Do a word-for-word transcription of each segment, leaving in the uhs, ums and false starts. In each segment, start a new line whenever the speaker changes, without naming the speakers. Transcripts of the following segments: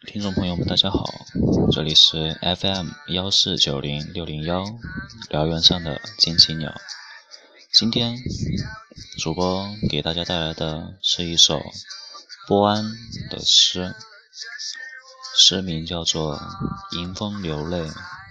听众朋友们大家好，这里是 F M 一四九零六零一辽源上的金鸡鸟。今天主播给大家带来的是一首波安的诗，诗名叫做迎风流泪。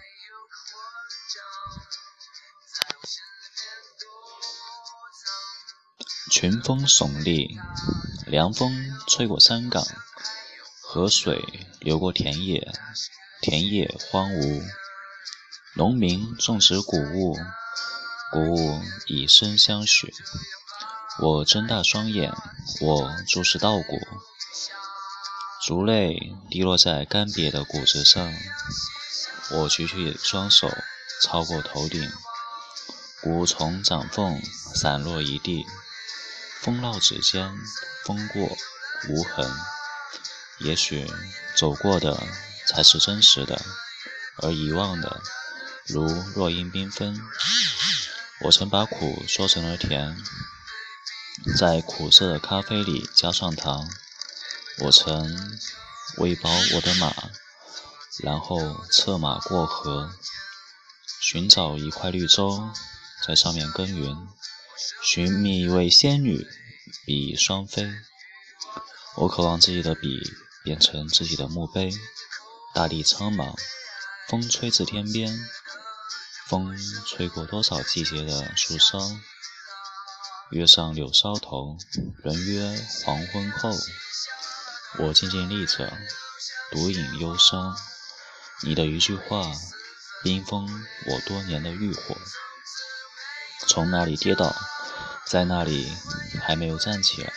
群峰耸立，凉风吹过山岗，河水流过田野，田野荒芜。农民种植谷物，谷物以身相许。我睁大双眼，我注视稻谷，竹泪滴落在干瘪的谷子上。我举起双手，超过头顶，谷从掌缝散落一地。风绕指尖，风过无痕。也许走过的才是真实的，而遗忘的如落英缤纷。我曾把苦说成了甜，在苦涩的咖啡里加上糖。我曾喂饱我的马，然后策马过河，寻找一块绿洲，在上面耕耘，寻觅一位仙女，比翼双飞。我渴望自己的笔变成自己的墓碑。大地苍茫，风吹至天边，风吹过多少季节的树梢。月上柳梢头，人约黄昏后。我静静立着，独饮忧伤。你的一句话，冰封我多年的欲火。从那里跌倒，在那里还没有站起来。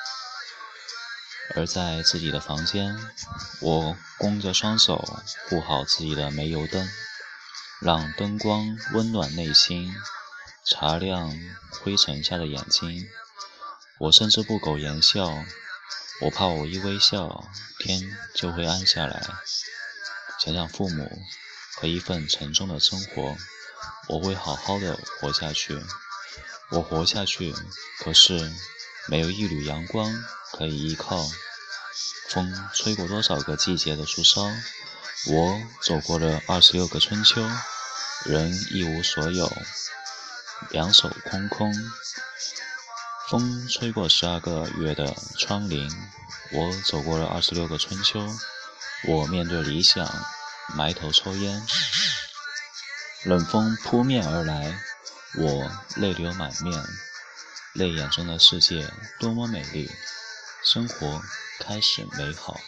而在自己的房间，我弓着双手护好自己的煤油灯，让灯光温暖内心，擦亮灰尘下的眼睛。我甚至不苟言笑，我怕我一微笑，天就会暗下来。想想父母和一份沉重的生活，我会好好的活下去。我活下去，可是没有一缕阳光可以依靠。风吹过多少个季节的树梢，我走过了二十六个春秋。人一无所有，两手空空。风吹过十二个月的窗棂，我走过了二十六个春秋。我面对理想，埋头抽烟。冷风扑面而来，我泪流满面。泪眼中的世界多么美丽，生活开始美好。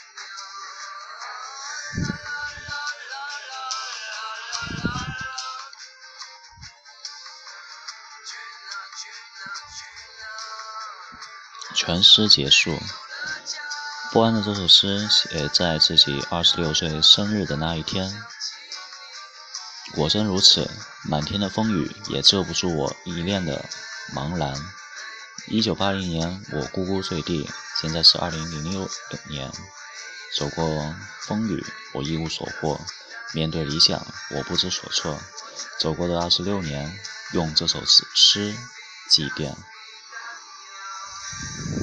全诗结束。波安的这首诗写在自己二十六岁生日的那一天。果真如此，满天的风雨也遮不住我一念的茫然。一九八零年我呱呱坠地，现在是二零零六年。走过风雨，我一无所获；面对理想，我不知所措。走过的二十六年，用这首诗祭奠。